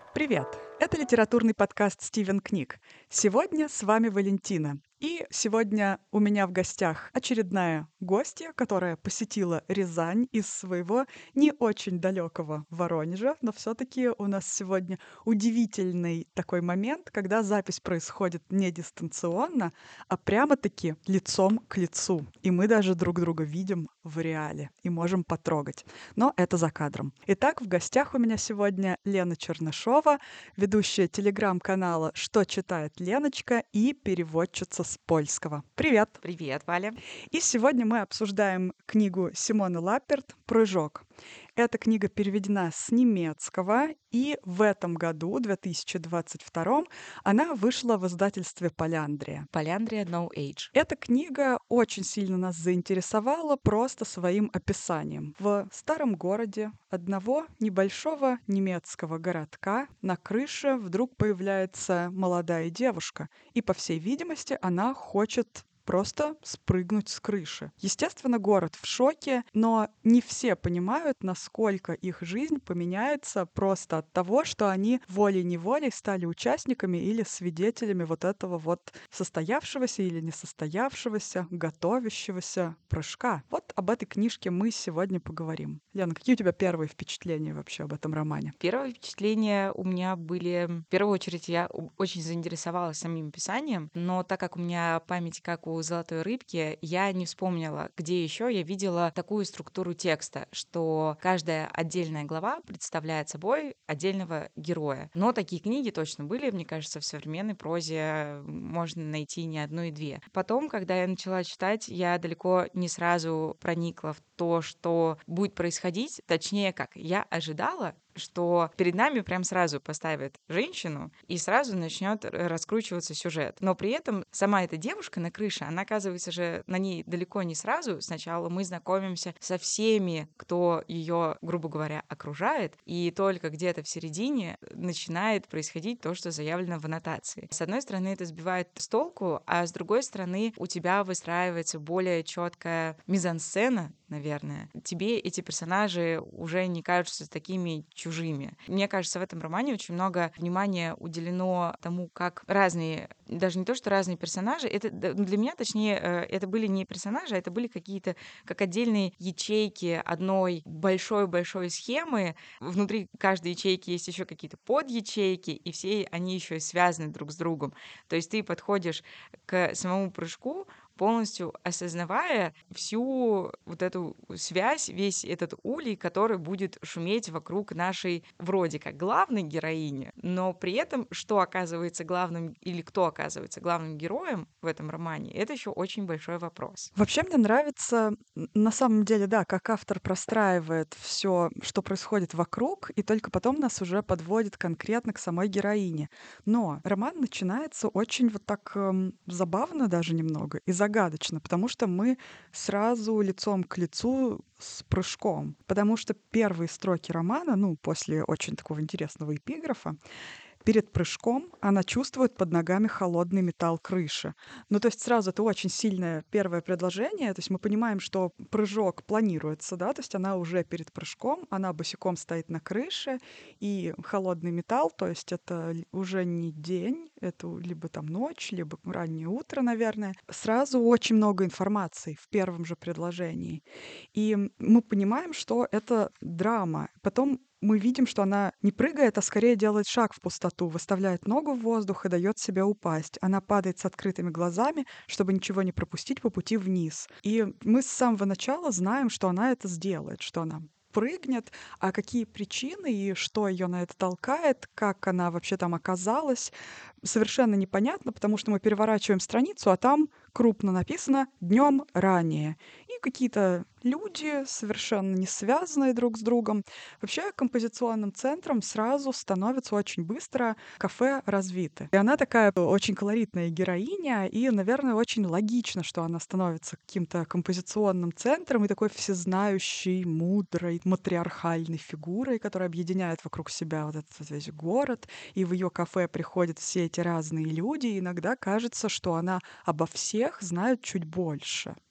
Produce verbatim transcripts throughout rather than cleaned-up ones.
Привет! Это литературный подкаст «Стивен книг». Сегодня с вами Валентина. И сегодня у меня в гостях очередная гостья, которая посетила Рязань из своего не очень далекого Воронежа. Но все-таки у нас сегодня удивительный такой момент, когда запись происходит не дистанционно, а прямо-таки лицом к лицу. И мы даже друг друга видим в реале и можем потрогать. Но это за кадром. Итак, в гостях у меня сегодня Лена Чернышова, ведущая телеграм-канала «Что читает Леночка» и переводчица с польского. Привет! Привет, Валя. И сегодня мы обсуждаем книгу Симоны Лапперт «Прыжок». Эта книга переведена с немецкого, и в этом году, две тысячи двадцать втором, она вышла в издательстве «Поляндрия». Поляндрия No Age. Эта книга очень сильно нас заинтересовала просто своим описанием. В старом городе одного небольшого немецкого городка на крыше вдруг появляется молодая девушка, и, по всей видимости, она хочет просто спрыгнуть с крыши. Естественно, город в шоке, но не все понимают, насколько их жизнь поменяется просто от того, что они волей-неволей стали участниками или свидетелями вот этого вот состоявшегося или несостоявшегося, готовящегося прыжка. Вот об этой книжке мы сегодня поговорим. Лена, какие у тебя первые впечатления вообще об этом романе? Первые впечатления у меня были... В первую очередь, я о- очень заинтересовалась самим писанием, но так как у меня память как у золотой рыбки, я не вспомнила, где еще я видела такую структуру текста, что каждая отдельная глава представляет собой отдельного героя. Но такие книги точно были, мне кажется, в современной прозе можно найти не одну и две. Потом, когда я начала читать, я далеко не сразу проникла в то, что будет происходить, точнее как, я ожидала, что перед нами прям сразу поставят женщину, и сразу начнет раскручиваться сюжет. Но при этом сама эта девушка на крыше, она оказывается же на ней далеко не сразу. Сначала мы знакомимся со всеми, кто ее, грубо говоря, окружает, и только где-то в середине начинает происходить то, что заявлено в аннотации. С одной стороны, это сбивает с толку, а с другой стороны, у тебя выстраивается более четкая мизансцена, наверное. Тебе эти персонажи уже не кажутся такими чужими. Мне кажется, в этом романе очень много внимания уделено тому, как разные, даже не то, что разные персонажи, это д- для меня, точнее, э, это были не персонажи, а это были какие-то как отдельные ячейки одной большой-большой схемы. Внутри каждой ячейки есть еще какие-то подячейки, и все они еще и связаны друг с другом. То есть ты подходишь к самому прыжку, полностью осознавая всю вот эту связь, весь этот улей, который будет шуметь вокруг нашей вроде как главной героини, но при этом, что оказывается главным или кто оказывается главным героем в этом романе, это еще очень большой вопрос. Вообще мне нравится, н- на самом деле, да, как автор простраивает все, что происходит вокруг, и только потом нас уже подводит конкретно к самой героине. Но роман начинается очень вот так эм, забавно даже немного и загадочно, потому что мы сразу лицом к лицу с прыжком. Потому что первые строки романа, ну, после очень такого интересного эпиграфа, перед прыжком она чувствует под ногами холодный металл крыши. Ну, то есть сразу это очень сильное первое предложение. То есть мы понимаем, что прыжок планируется, да, то есть она уже перед прыжком, она босиком стоит на крыше, и холодный металл, то есть это л- уже не день, это у- либо там ночь, либо раннее утро, наверное. Сразу очень много информации в первом же предложении. И мы понимаем, что это драма. Потом мы видим, что она не прыгает, а скорее делает шаг в пустоту, выставляет ногу в воздух и дает себе упасть. Она падает с открытыми глазами, чтобы ничего не пропустить по пути вниз. И мы с самого начала знаем, что она это сделает, что она прыгнет, а какие причины и что ее на это толкает, как она вообще там оказалась, совершенно непонятно, потому что мы переворачиваем страницу, а там крупно написано «днем ранее». И какие-то люди, совершенно не связанные друг с другом. Вообще композиционным центром сразу становится очень быстро кафе «Развиты». И она такая очень колоритная героиня, и, наверное, очень логично, что она становится каким-то композиционным центром и такой всезнающей, мудрой, матриархальной фигурой, которая объединяет вокруг себя вот этот вот весь город. И в ее кафе приходят все эти разные люди, и иногда кажется, что она обо всех знает чуть больше.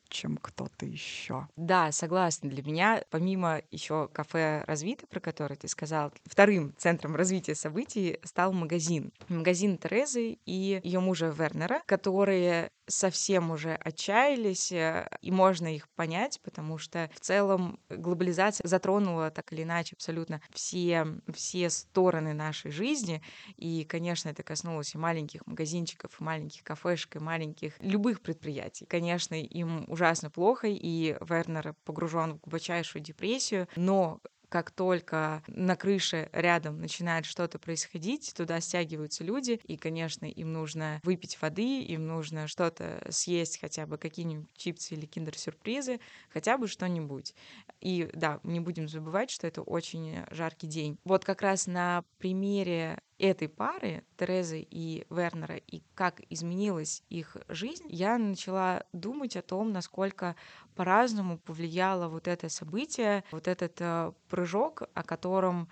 чем кто-то еще. Да, согласна. Для меня, помимо еще кафе «Развито», про которое ты сказал, вторым центром развития событий стал магазин. Магазин Терезы и ее мужа Вернера, которые совсем уже отчаялись, э, и можно их понять, потому что в целом глобализация затронула так или иначе абсолютно все, все стороны нашей жизни. И, конечно, это коснулось и маленьких магазинчиков, и маленьких кафешек, и маленьких любых предприятий. Конечно, им ужасно плохо, и Вернер погружен в глубочайшую депрессию, но как только на крыше рядом начинает что-то происходить, туда стягиваются люди, и, конечно, им нужно выпить воды, им нужно что-то съесть, хотя бы какие-нибудь чипсы или киндер-сюрпризы, хотя бы что-нибудь. И да, не будем забывать, что это очень жаркий день. Вот как раз на примере этой пары, Терезы и Вернера, и как изменилась их жизнь, я начала думать о том, насколько по-разному повлияло вот это событие, вот этот э, прыжок, о котором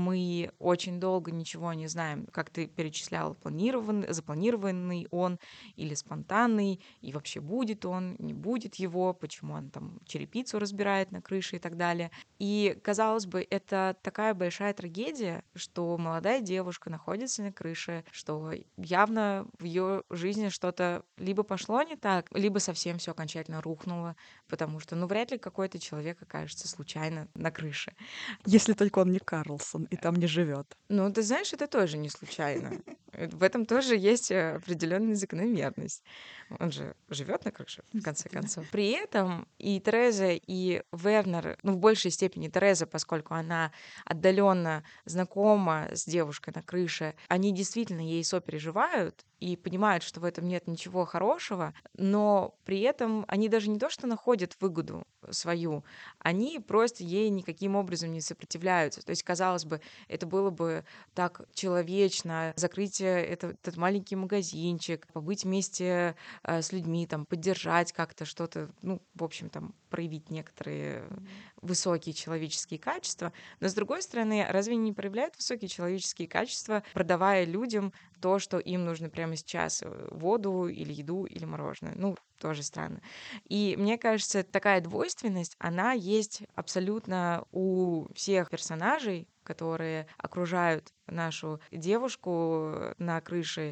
мы очень долго ничего не знаем. Как ты перечислял, планированный, запланированный он или спонтанный, и вообще будет он, не будет его, почему он там черепицу разбирает на крыше и так далее. И, казалось бы, это такая большая трагедия, что молодая девушка находится на крыше, что явно в ее жизни что-то либо пошло не так, либо совсем все окончательно рухнуло, потому что, ну, вряд ли какой-то человек окажется случайно на крыше. Если только он не Карлсон и там не живет. Ну, ты знаешь, это тоже не случайно. Э, В этом тоже есть э, определенная закономерность. Он же живет на крыше, в конце Действительно. концов. При этом и Тереза, и Вернер, ну, в большей степени Тереза, поскольку она отдаленно знакома с девушкой на крыше, они действительно ей сопереживают и понимают, что в этом нет ничего хорошего, но при этом они даже не то, что находят выгоду свою, они просто ей никаким образом не сопротивляются. То есть, казалось бы, это было бы так человечно, закрыть э, это- этот маленький магазинчик, побыть вместе э, с людьми, там, поддержать как-то что-то, ну, в общем, там, проявить некоторые высокие человеческие качества. Но, с другой стороны, разве не проявляют высокие человеческие качества, продавая людям то, что им нужно прямо сейчас, э, воду или еду или мороженое? Ну, тоже странно. И мне кажется, такая двойственность, она есть абсолютно у всех персонажей, которые окружают нашу девушку э, на крыше.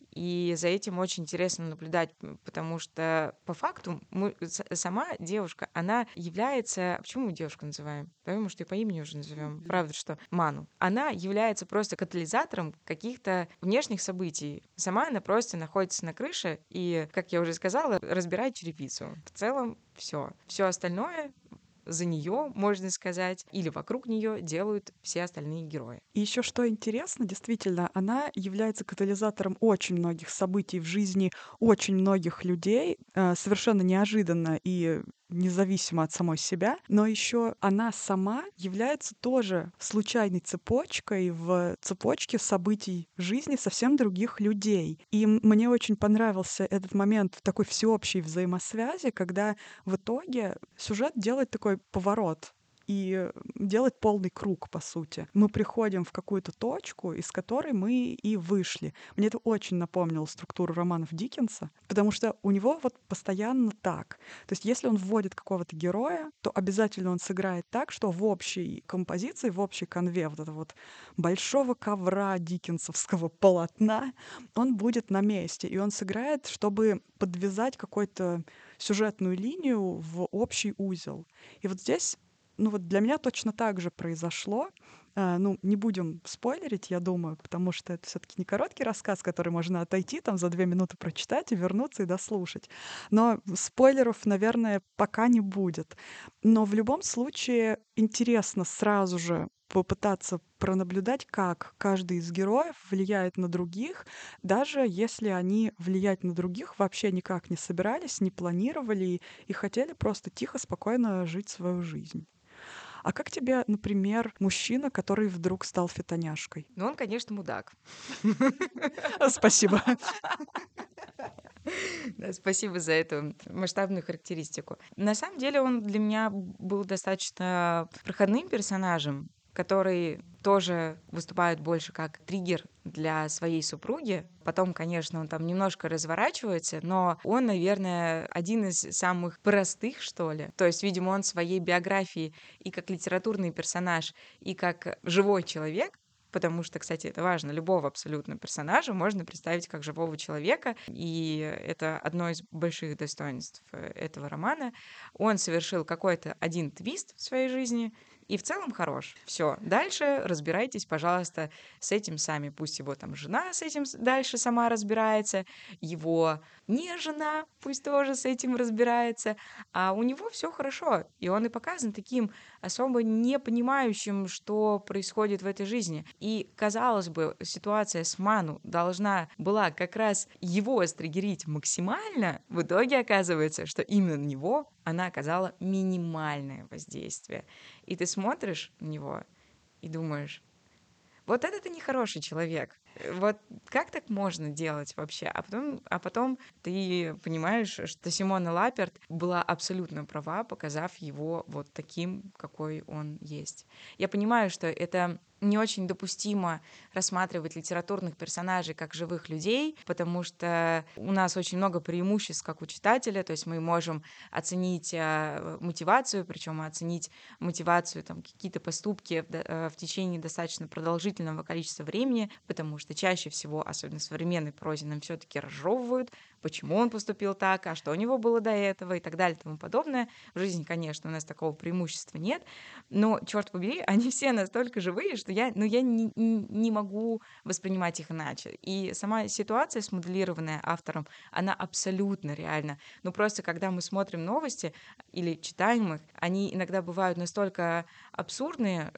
И за этим очень интересно наблюдать, м, потому что по факту мы, с- сама девушка, она является... Почему мы девушку называем? Давай, может, и по имени уже назовем. Правда, что Ману. Она является просто катализатором каких-то внешних событий. Сама она просто находится на крыше и, как я уже сказала, разбирает черепицу. В целом все. Все остальное за нее, можно сказать, или вокруг нее делают все остальные герои. И еще что интересно, действительно, она является катализатором очень многих событий в жизни очень многих людей, э, совершенно неожиданно и независимо от самой себя, но еще она сама является тоже случайной цепочкой в цепочке событий жизни совсем других людей. И м- мне очень понравился этот момент такой всеобщей взаимосвязи, когда в итоге сюжет делает такой поворот и делать полный круг, по сути. Мы приходим в какую-то точку, из которой мы и вышли. Мне это очень напомнило структуру романов Диккенса, потому что у него вот постоянно так. То есть если он вводит какого-то героя, то обязательно он сыграет так, что в общей композиции, в общей конве вот этого вот большого ковра диккенсовского полотна он будет на месте, и он сыграет, чтобы подвязать какую-то сюжетную линию в общий узел. И вот здесь ну вот для меня точно так же произошло. А, ну, не будем спойлерить, я думаю, потому что это все таки не короткий рассказ, который можно отойти, там за две минуты прочитать и вернуться и дослушать. Но спойлеров, наверное, пока не будет. Но в любом случае интересно сразу же попытаться пронаблюдать, как каждый из героев влияет на других, даже если они влиять на других вообще никак не собирались, не планировали и и хотели просто тихо, спокойно жить свою жизнь. А как тебе, например, мужчина, который вдруг стал фитоняшкой? Но он, конечно, мудак. А, Спасибо. Да, спасибо за эту масштабную характеристику. На самом деле он для меня был достаточно проходным персонажем, который тоже выступает больше как триггер для своей супруги. Потом, конечно, он там немножко разворачивается, но он, наверное, один из самых простых, что ли. То есть, видимо, он своей биографией и как литературный персонаж, и как живой человек, потому что, кстати, это важно, любого абсолютно персонажа можно представить как живого человека, и это одно из больших достоинств э, этого романа. Он совершил какой-то один твист в своей жизни, и в целом хорош. Все. Дальше разбирайтесь, пожалуйста, с этим сами. Пусть его там жена с этим с- дальше сама разбирается, его не жена пусть тоже с этим разбирается, а у него все хорошо. И он и показан таким особо не понимающим, что происходит в этой жизни. И, казалось бы, ситуация с Ману должна была как раз его стригерить максимально. В итоге оказывается, что именно на него она оказала минимальное воздействие. И ты смотришь на него и думаешь, вот это ты нехороший человек. Э, Вот как так можно делать вообще? А потом, а потом ты понимаешь, что Симона Лаперт была абсолютно права, показав его вот таким, какой он есть. Я понимаю, что это не очень допустимо рассматривать литературных персонажей как живых людей, потому что у нас очень много преимуществ как у читателя, то есть мы можем оценить э, мотивацию, причем оценить мотивацию, там, какие-то поступки в, до- э, в течение достаточно продолжительного количества времени, потому что чаще всего, особенно в современной прозе, нам все-таки разжевывают, почему он поступил так, а что у него было до этого и так далее и тому подобное. В жизни, конечно, у нас такого преимущества нет, но, черт побери, они все настолько живые, что я, ну, я не, не не могу воспринимать их иначе. И сама ситуация, смоделированная автором, она абсолютно реальна. Ну, просто когда мы смотрим новости или читаем их, они иногда бывают настолько абсурдные,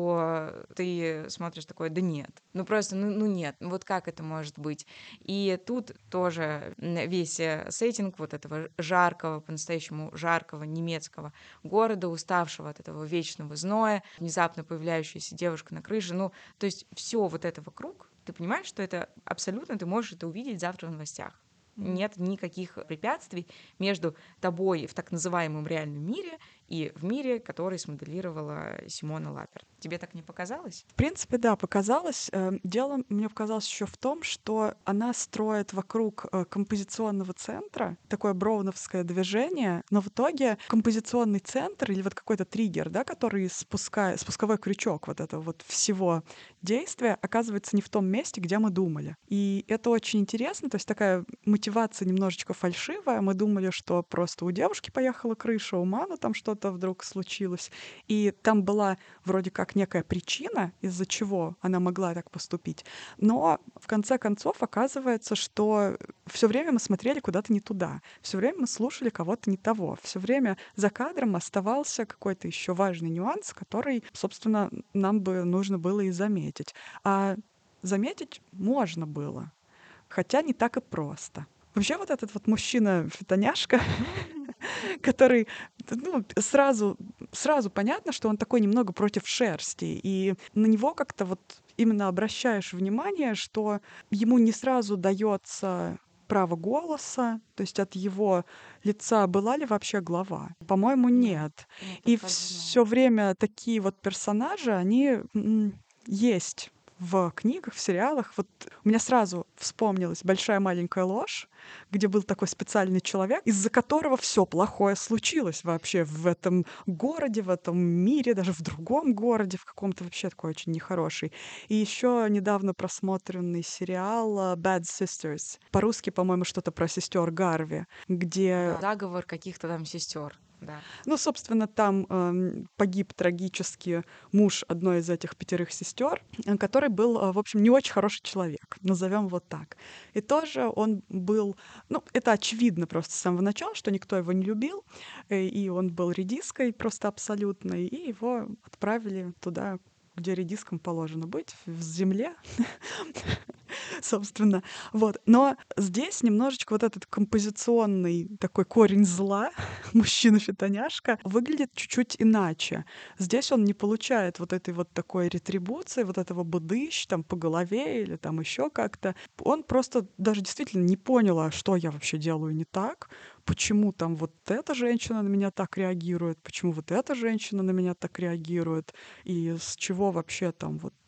что ты смотришь такой, да нет, ну просто, ну, ну нет, ну вот как это может быть? И тут тоже м, весь э, сеттинг вот этого жаркого, по-настоящему жаркого немецкого города, уставшего от этого вечного зноя, внезапно появляющаяся девушка на крыше, ну, то есть все вот это вокруг, ты понимаешь, что это абсолютно ты можешь это увидеть завтра в новостях. Мгм. Нет никаких препятствий между тобой в так называемом реальном мире и в мире, который смоделировала Симона Лаперт. Тебе так не показалось? В принципе, да, показалось. Э, Дело, мне показалось еще в том, что она строит вокруг э, композиционного центра такое броуновское движение, но в итоге композиционный центр или вот какой-то триггер, да, который спускает, спусковой крючок вот этого вот всего действия оказывается не в том месте, где мы думали. И это очень интересно, то есть такая мотивация немножечко фальшивая. Мы думали, что просто у девушки поехала крыша, у Мана там что-то вдруг случилось. И там была вроде как некая причина, из-за чего она могла так поступить. Но в конце концов оказывается, что все время мы смотрели куда-то не туда, все время мы слушали кого-то не того, все время за кадром оставался какой-то еще важный нюанс, который, собственно, нам бы нужно было и заметить. А заметить можно было, хотя не так и просто. Вообще вот этот вот мужчина-фитоняшка, который, ну, сразу, сразу понятно, что он такой немного против шерсти, и на него как-то вот именно обращаешь внимание, что ему не сразу дается право голоса, то есть от его лица была ли вообще глава? По-моему, Нет, нет. нет, И только одно. все время такие вот персонажи, они м, есть в книгах, в сериалах. Вот у меня сразу вспомнилась «Большая маленькая ложь», где был такой специальный человек, из-за которого все плохое случилось вообще в этом городе, в этом мире, даже в другом городе, в каком-то вообще такой очень нехороший. И еще недавно просмотренный сериал а, Bad Sisters. По-русски, по-моему, что-то про сестер Гарви, где Да. Заговор каких-то там сестер. Да. ну, собственно, там эм, погиб трагически муж одной из этих пятерых сестер, э, который был, э, в общем, не очень хороший человек, назовем вот так. И тоже он был, ну, это очевидно просто с самого начала, что никто его не любил, э, и он был редиской просто абсолютной, и его отправили туда, где редискам положено быть, в земле, собственно. Вот. Но здесь немножечко вот этот композиционный такой корень зла, мужчина-фитоняшка, выглядит чуть-чуть иначе. Здесь он не получает вот этой вот такой ретрибуции, вот этого быдыщ там по голове или там еще как-то. Он просто даже действительно не понял, а что я вообще делаю не так, почему там вот эта женщина на меня так реагирует, почему вот эта женщина на меня так реагирует, и с чего вообще там вот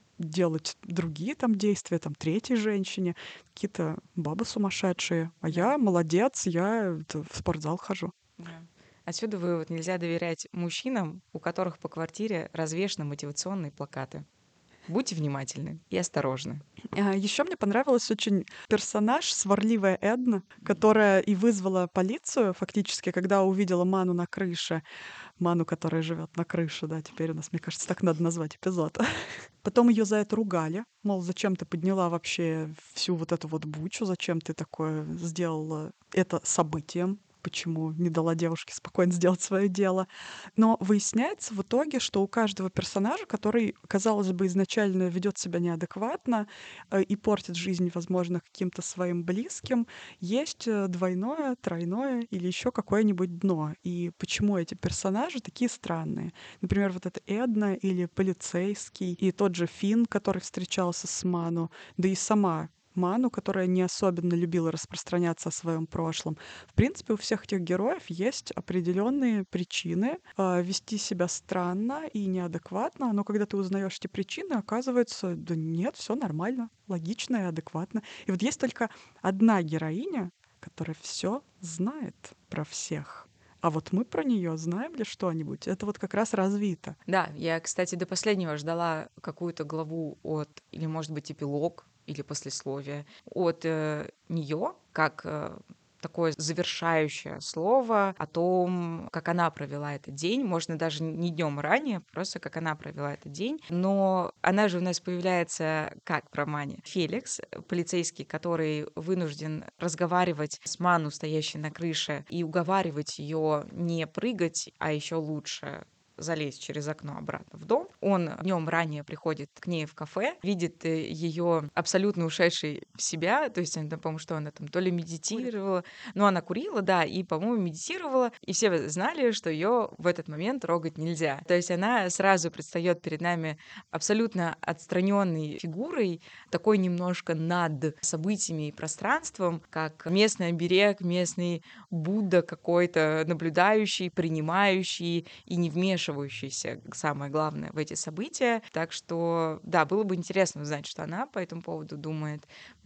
делать другие там действия, там, третьей женщине. Какие-то бабы сумасшедшие. А Да, я молодец, я это в спортзал хожу. да. Отсюда вывод: нельзя доверять мужчинам, у которых по квартире развешаны мотивационные плакаты. Будьте внимательны и осторожны. А, еще мне понравилась очень персонаж, сварливая Эдна, которая и вызвала полицию фактически, когда увидела Ману на крыше. Ману, которая живет на крыше, да, теперь у нас, мне кажется, так надо назвать эпизод. Потом ее за это ругали, мол, зачем ты подняла вообще всю вот эту вот бучу, зачем ты такое сделала это событием, почему не дала девушке спокойно сделать свое дело. Но выясняется в итоге, что у каждого персонажа, который, казалось бы, изначально ведет себя неадекватно э, и портит жизнь, возможно, каким-то своим близким, есть э, двойное, тройное или еще какое-нибудь дно. И почему эти персонажи такие странные? Например, вот эта Эдна или полицейский, и тот же Финн, который встречался с Ману, да и сама Ману, которая не особенно любила распространяться о своем прошлом. В принципе, у всех этих героев есть определенные причины э, вести себя странно и неадекватно, но когда ты узнаешь эти причины, оказывается, да нет, все нормально, логично и адекватно. И вот есть только одна героиня, которая все знает про всех. А вот мы про нее знаем ли что-нибудь? Это вот как раз развито. Да, я, кстати, до последнего ждала какую-то главу от, или, может быть, эпилог, или послесловие от э, нее, как э, такое завершающее слово о том, как она провела этот день. Можно даже не днем ранее, просто как она провела этот день. Но она же у нас появляется как в романе. Феликс, э, полицейский, который вынужден разговаривать с Ману, стоящей на крыше, и уговаривать ее не прыгать, а еще лучше залезть через окно обратно в дом. Он днем ранее приходит к ней в кафе, видит ее абсолютно ушедшей в себя, то есть она, по-моему, что она там то ли Курит. медитировала, но она курила, да, и, по-моему, медитировала, и все знали, что ее в этот момент трогать нельзя. То есть она сразу предстает перед нами абсолютно отстраненной фигурой, такой немножко над событиями и пространством, как местный оберег, местный Будда какой-то, наблюдающий, принимающий и не вмешивающийся, самое главное, в эти события. Так что, да, было бы интересно узнать, что она по этому поводу думает.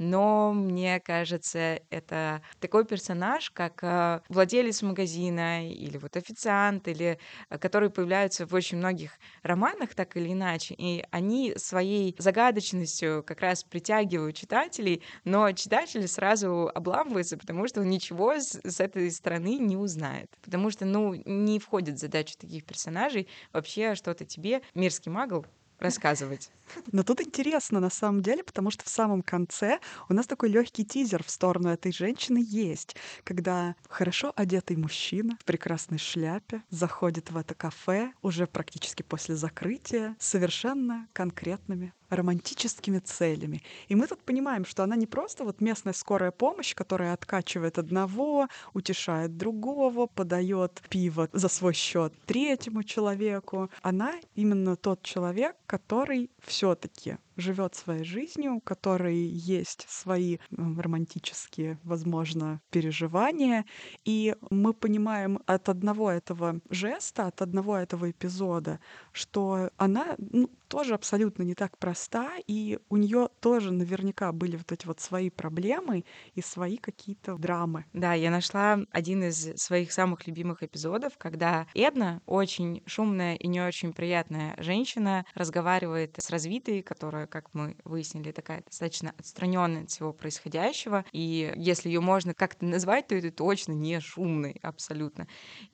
Но мне кажется, это такой персонаж, как э, владелец магазина или вот официант, или э, которые появляются в очень многих романах, так или иначе, и они своей загадочностью как раз притягивают читателей, но читатель сразу обламывается, потому что он ничего с, с этой стороны не узнает. Потому что, ну, не входит в задачу таких персонажей вообще что-то тебе, мирский магл, рассказывать. Но тут интересно на самом деле, потому что в самом конце у нас такой легкий тизер в сторону этой женщины есть, когда хорошо одетый мужчина в прекрасной шляпе заходит в это кафе уже практически после закрытия с совершенно конкретными романтическими целями. И мы тут понимаем, что она не просто вот местная скорая помощь, которая откачивает одного, утешает другого, подает пиво за свой счет третьему человеку. Она именно тот человек, который все-таки живет своей жизнью, у которой есть свои м, романтические, возможно, переживания. И мы понимаем от одного этого жеста, от одного этого эпизода, что она ну, тоже абсолютно не так проста, и у нее тоже наверняка были вот эти вот свои проблемы и свои какие-то драмы. Да, я нашла один из своих самых любимых эпизодов, когда Эдна, очень шумная и не очень приятная женщина, разговаривает с развитой, которая, как мы выяснили, такая достаточно отстраненная от всего происходящего. И если ее можно как-то назвать, то это точно не шумный абсолютно.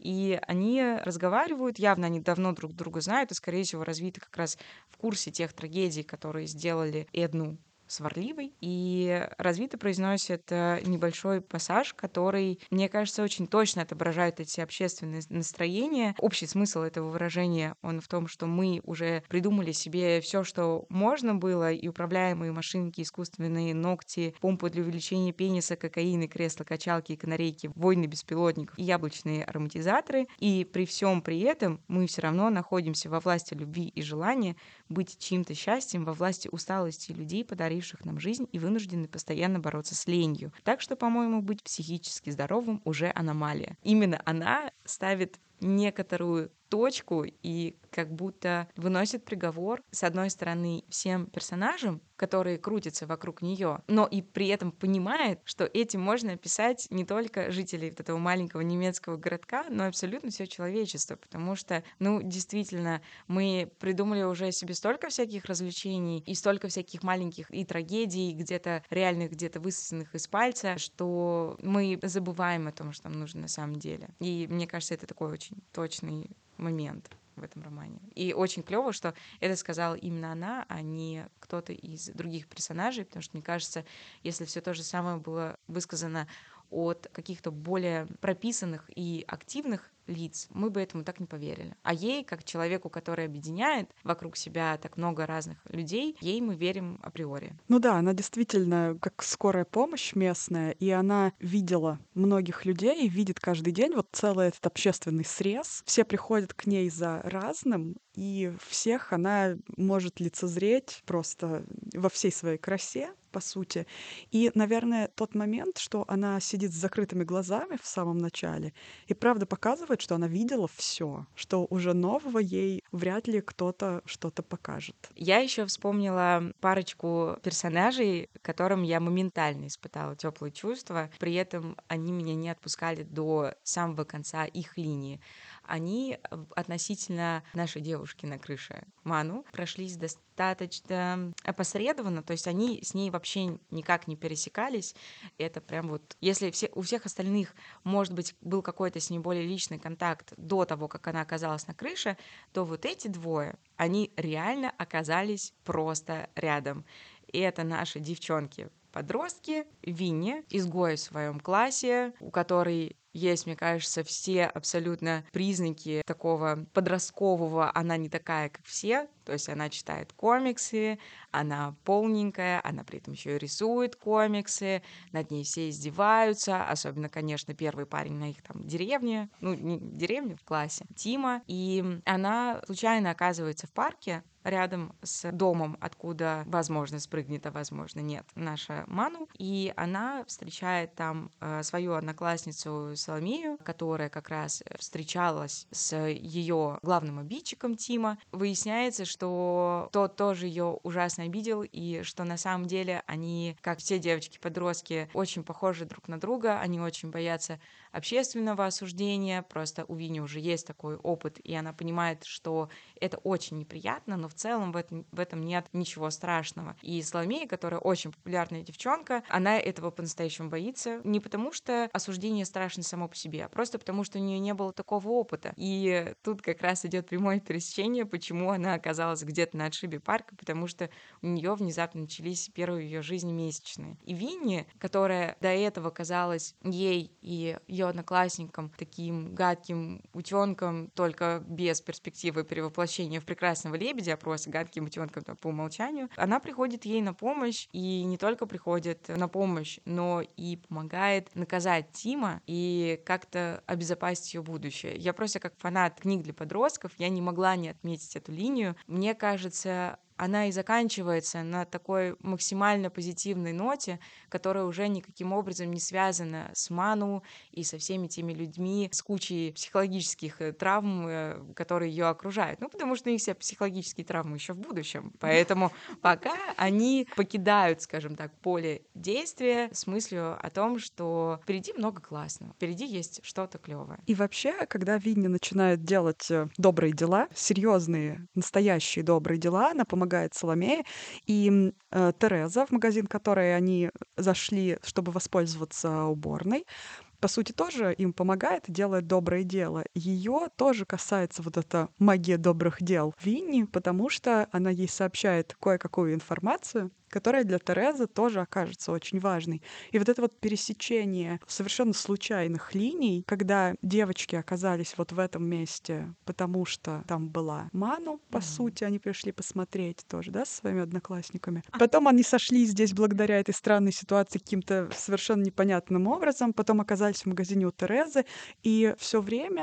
И они разговаривают, явно они давно друг друга знают, и, скорее всего, развиты как раз в курсе тех трагедий, которые сделали Эдну сварливой. И развито произносит э, небольшой пассаж, который, мне кажется, очень точно отображает эти общественные настроения. Общий смысл этого выражения, он в том, что мы уже придумали себе все, что можно было, и управляемые машинки, искусственные ногти, помпы для увеличения пениса, кокаины, кресла, качалки и канарейки, войны беспилотников и яблочные ароматизаторы. И при всем при этом мы все равно находимся во власти любви и желания быть чьим-то счастьем, во власти усталости людей, подаривших подаривших нам жизнь и вынуждены постоянно бороться с ленью. Так что, по-моему, быть психически здоровым уже аномалия. Именно она ставит некоторую точку и как будто выносит приговор, с одной стороны, всем персонажам, которые крутятся вокруг нее, но и при этом понимает, что этим можно описать не только жителей вот этого маленького немецкого городка, но и абсолютно все человечество, потому что, ну, действительно, мы придумали уже себе столько всяких развлечений и столько всяких маленьких и трагедий, где-то реальных, где-то высосанных из пальца, что мы забываем о том, что нам нужно на самом деле. И мне кажется, это такой очень точный момент в этом романе. И очень клево, что это сказала именно она, а не кто-то из других персонажей, потому что, мне кажется, если все то же самое было высказано от каких-то более прописанных и активных лиц, мы бы этому так не поверили. А ей, как человеку, который объединяет вокруг себя так много разных людей, ей мы верим априори. Ну да, она действительно как скорая помощь местная, и она видела многих людей, видит каждый день вот целый этот общественный срез. Все приходят к ней за разным, и всех она может лицезреть просто во всей своей красе, по сути. И, наверное, тот момент, что она сидит с закрытыми глазами в самом начале, и правда показывает, что она видела все, что уже нового ей вряд ли кто-то что-то покажет. Я еще вспомнила парочку персонажей, которым я моментально испытала теплые чувства. При этом они меня не отпускали до самого конца их линии. Они э, относительно нашей девушки на крыше Ману прошлись достаточно опосредованно, то есть они с ней вообще никак не пересекались. Это прям вот, если все, у всех остальных, может быть, был какой-то с ней более личный контакт до того, как она оказалась на крыше, то вот эти двое, они реально оказались просто рядом. И это наши девчонки-подростки, Винни, изгой в своем классе, у которой есть, мне кажется, все абсолютно признаки такого подросткового. Она не такая, как все. То есть она читает комиксы, она полненькая, она при этом еще и рисует комиксы, над ней все издеваются, особенно, конечно, первый парень на их там деревне, ну, не деревне, в классе, Тима. И она случайно оказывается в парке, рядом с домом, откуда, возможно, спрыгнет, а возможно, нет, наша Ману. И она встречает там э, свою одноклассницу Соломею, которая как раз встречалась с ее главным обидчиком Тима. Выясняется, что тот тоже ее ужасно обидел, и что на самом деле они, как все девочки-подростки, очень похожи друг на друга, они очень боятся общественного осуждения, просто у Вини уже есть такой опыт, и она понимает, что это очень неприятно, но в целом в этом, в этом нет ничего страшного. И Соломея, которая очень популярная девчонка, она этого по-настоящему боится. Не потому, что осуждение страшно само по себе, а просто потому, что у нее не было такого опыта. И тут как раз идет прямое пересечение, почему она оказалась где-то на отшибе парка, потому что у нее внезапно начались первые в ее жизни месячные. И Винни, которая до этого казалась ей и ее одноклассникам таким гадким утенком, только без перспективы перевоплощения в прекрасного лебедя, а просто гадким утенком по умолчанию, она приходит ей на помощь, и не только приходит на помощь, но и помогает наказать Тима и как-то обезопасить ее будущее. Я просто как фанат книг для подростков, я не могла не отметить эту линию. Мне кажется, она и заканчивается на такой максимально позитивной ноте, которая уже никаким образом не связана с Ману и со всеми теми людьми, с кучей психологических э, травм, э, которые ее окружают. Ну, потому что у них все психологические травмы еще в будущем. Поэтому пока они покидают, скажем так, поле действия с мыслью о том, что впереди много классного, впереди есть что-то клевое. И вообще, когда Винни начинает делать э, добрые дела, серьезные, настоящие добрые дела, она помогает Соломее, и м, э, Тереза, в магазин, в который они зашли, чтобы воспользоваться уборной, по сути, тоже им помогает и делает доброе дело. Ее тоже касается вот эта магия добрых дел Винни, потому что она ей сообщает кое-какую информацию, которая для Терезы тоже окажется очень важной. И вот это вот пересечение совершенно случайных линий, когда девочки оказались вот в этом месте, потому что там была Ману, по Мгм. сути, они пришли посмотреть тоже, да, со своими одноклассниками. Потом они сошлись здесь благодаря этой странной ситуации каким-то совершенно непонятным образом, потом оказались в магазине у Терезы, и все время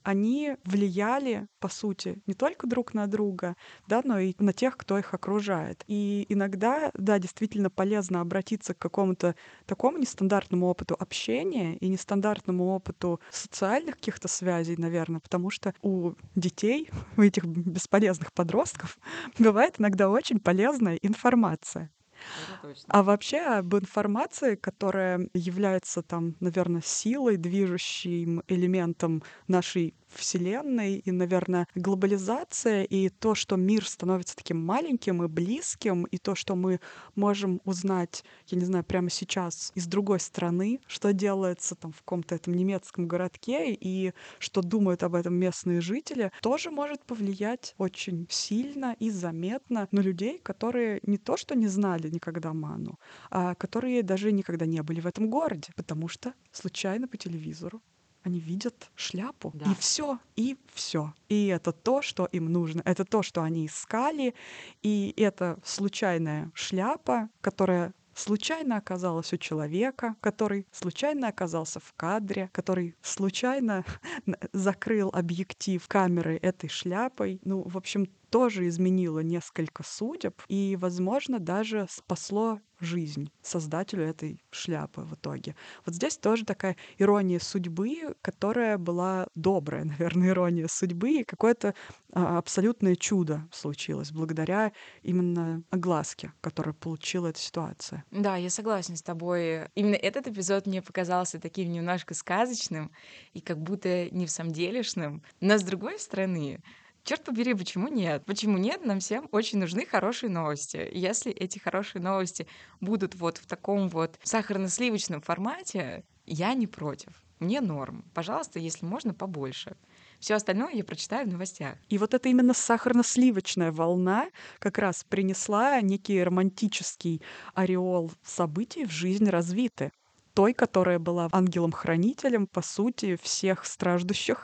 они влияли, по сути, не только друг на друга, да, но и на тех, кто их окружает. И иногда, да, действительно полезно обратиться к какому-то такому нестандартному опыту общения и нестандартному опыту социальных каких-то связей, наверное, потому что у детей, у этих бесполезных подростков бывает иногда очень полезная информация. Это точно. А вообще об информации, которая является там, наверное, силой, движущим элементом нашей Вселенной, и, наверное, глобализация, и то, что мир становится таким маленьким и близким, и то, что мы можем узнать, я не знаю, прямо сейчас из другой страны, что делается там в каком-то этом немецком городке, и что думают об этом местные жители, тоже может повлиять очень сильно и заметно на людей, которые не то что не знали никогда ману, а которые даже никогда не были в этом городе, потому что случайно по телевизору они видят шляпу. И Да. все, и все. И это то, что им нужно. Это то, что они искали. И это случайная шляпа, которая случайно оказалась у человека, который случайно оказался в кадре, который случайно н- закрыл объектив камеры этой шляпой. Ну, в общем, тоже изменило несколько судеб и, возможно, даже спасло жизнь создателю этой шляпы в итоге. Вот здесь тоже такая ирония судьбы, которая была добрая, наверное, ирония судьбы, и какое-то а, абсолютное чудо случилось благодаря именно огласке, которую получила эта ситуация. Да, я согласна с тобой. Именно этот эпизод мне показался таким немножко сказочным и как будто не в самом делешным. Но с другой стороны, черт побери, почему нет? Почему нет? Нам всем очень нужны хорошие новости. И если эти хорошие новости будут вот в таком вот сахарно-сливочном формате, я не против. Мне норм. Пожалуйста, если можно, побольше. Все остальное я прочитаю в новостях. И вот это именно сахарно-сливочная волна как раз принесла некий романтический ореол событий в жизнь развиты. Той, которая была ангелом-хранителем, по сути, всех страждущих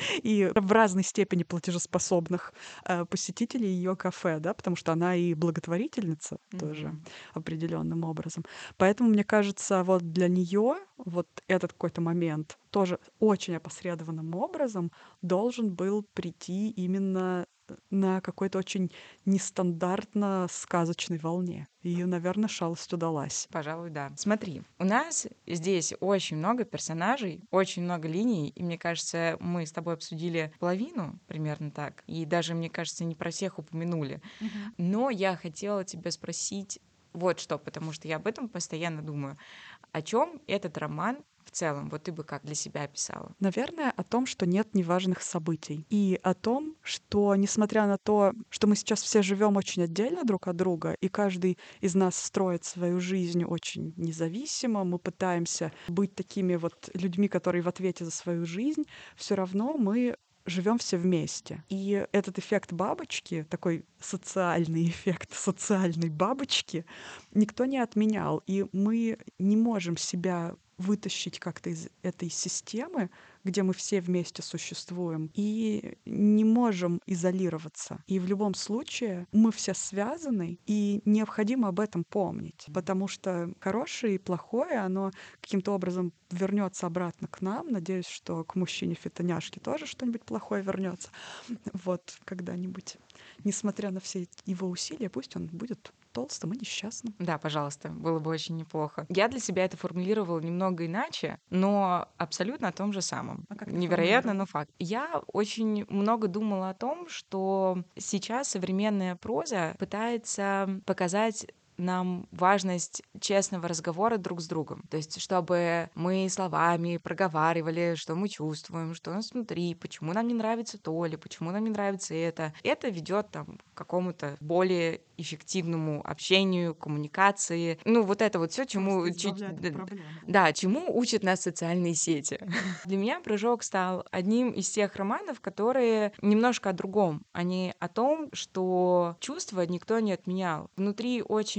и в разной степени платежеспособных э, посетителей ее кафе, да, потому что она и благотворительница тоже Мгм. определенным образом. Поэтому, мне кажется, вот для нее вот этот какой-то момент тоже очень опосредованным образом должен был прийти именно э, на какой-то очень нестандартно сказочной волне. И, наверное, шалость удалась. Пожалуй, да. Смотри, у нас здесь очень много персонажей, очень много линий, и мне кажется, мы с тобой обсудили половину, примерно так, и даже, мне кажется, не про всех упомянули. Мгм. Но я хотела тебя спросить вот что, потому что я об этом постоянно думаю. О чем этот роман в целом? Вот ты бы как для себя описала? Наверное, о том, что нет неважных событий. И о том, что, несмотря на то, что мы сейчас все живем очень отдельно друг от друга, и каждый из нас строит свою жизнь очень независимо, мы пытаемся быть такими вот людьми, которые в ответе за свою жизнь, все равно мы живем все вместе. И этот эффект бабочки, такой социальный эффект социальной бабочки, никто не отменял. И мы не можем себя вытащить как-то из этой системы, где мы все вместе существуем, и не можем изолироваться. И в любом случае мы все связаны, и необходимо об этом помнить, потому что хорошее и плохое, оно каким-то образом вернется обратно к нам. Надеюсь, что к мужчине фитоняшке тоже что-нибудь плохое вернется. Вот когда-нибудь. Несмотря на все его усилия, пусть он будет толстым и несчастным. Да, пожалуйста, было бы очень неплохо. Я для себя это формулировала немного иначе, но абсолютно о том же самом. А как ты Невероятно, но формулировала? факт. Я очень много думала о том, что сейчас современная проза пытается показать нам важность честного разговора друг с другом. То есть, чтобы мы словами проговаривали, что мы чувствуем, что у нас внутри, почему нам не нравится то или почему нам не нравится это. Это ведет там к какому-то более эффективному общению, коммуникации. Ну, вот это вот все, чему Просто чуть- избавляет от д- проблем, да. да, чему учат нас социальные сети. Для меня «Прыжок» стал одним из тех романов, которые немножко о другом. Они о том, что чувства никто не отменял. Внутри очень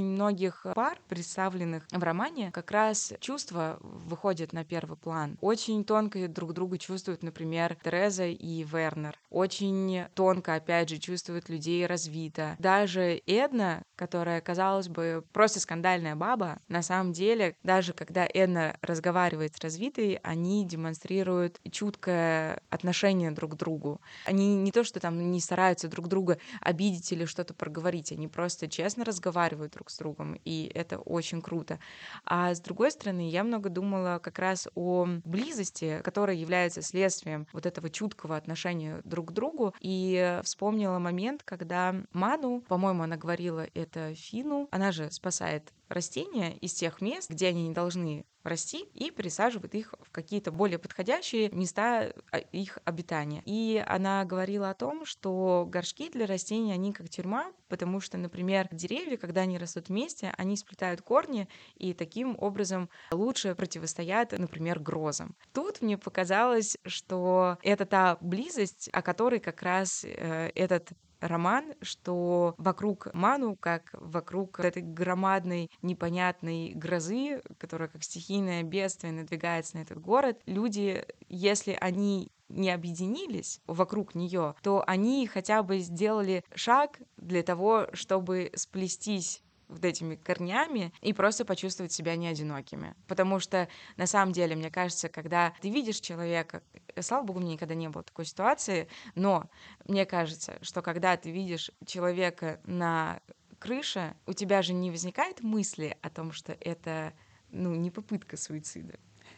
многих пар, представленных в романе, как раз чувства выходят на первый план. Очень тонко друг друга чувствуют, например, Тереза и Вернер. Очень тонко, опять же, чувствуют людей Развита. Даже Эдна, которая, казалось бы, просто скандальная баба, на самом деле, даже когда Эдна разговаривает с Развитой, они демонстрируют чуткое отношение друг к другу. Они не то, что там не стараются друг друга обидеть или что-то проговорить, они просто честно разговаривают друг с другом, и это очень круто. А с другой стороны, я много думала как раз о близости, которая является следствием вот этого чуткого отношения друг к другу, и вспомнила момент, когда Ману, по-моему, она говорила это Фину, она же спасает растения из тех мест, где они не должны расти, и пересаживает их в какие-то более подходящие места а, их обитания. И она говорила о том, что горшки для растений, они как тюрьма, потому что, например, деревья, когда они растут вместе, они сплетают корни, и таким образом лучше противостоят, например, грозам. Тут мне показалось, что это та близость, о которой как раз э, этот роман, что вокруг Ману, как вокруг этой громадной, непонятной грозы, которая как стихийное бедствие надвигается на этот город, люди, если они не объединились вокруг нее, то они хотя бы сделали шаг для того, чтобы сплестись вот этими корнями и просто почувствовать себя не одинокими. Потому что на самом деле, мне кажется, когда ты видишь человека, э, слава богу, мне никогда не было такой ситуации, но мне кажется, что когда ты видишь человека на крыше, у тебя же не возникает мысли о том, что это, ну, не попытка суицида.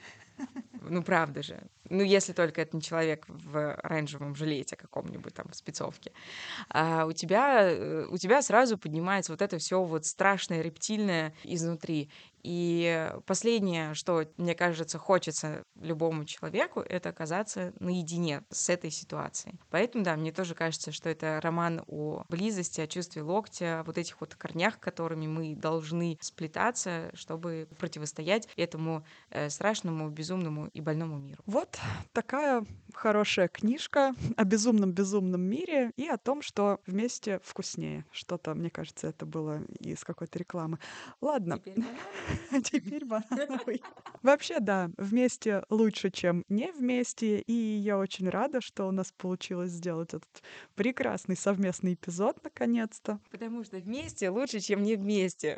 Ну, правда же. Ну, если только это не человек в оранжевом жилете каком-нибудь там в спецовке. А у тебя, э, у тебя сразу поднимается вот это все вот страшное, рептильное изнутри. И последнее, что, мне кажется, хочется любому человеку, это оказаться наедине с этой ситуацией. Поэтому, да, мне тоже кажется, что это роман о близости, о чувстве локтя, о вот этих вот корнях, которыми мы должны сплетаться, чтобы противостоять этому э, страшному, безумному и больному миру. Вот такая хорошая книжка о безумном-безумном мире и о том, что вместе вкуснее. Что-то, мне кажется, это было из какой-то рекламы. Ладно, Теперь банановый. теперь банановый. Вообще, да, вместе лучше, чем не вместе. И я очень рада, что у нас получилось сделать этот прекрасный совместный эпизод наконец-то. Потому что вместе лучше, чем не вместе.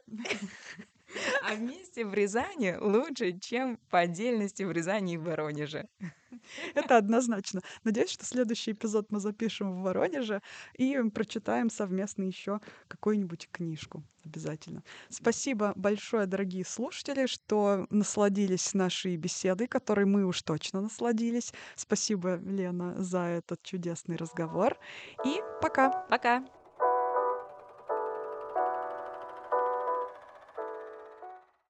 А вместе в Рязани лучше, чем по отдельности в Рязани и в Воронеже. Это однозначно. Надеюсь, что следующий эпизод мы запишем в Воронеже и прочитаем совместно еще какую-нибудь книжку. Обязательно. Спасибо большое, дорогие слушатели, что насладились нашей беседой, которой мы уж точно насладились. Спасибо, Лена, за этот чудесный разговор. И пока! Пока!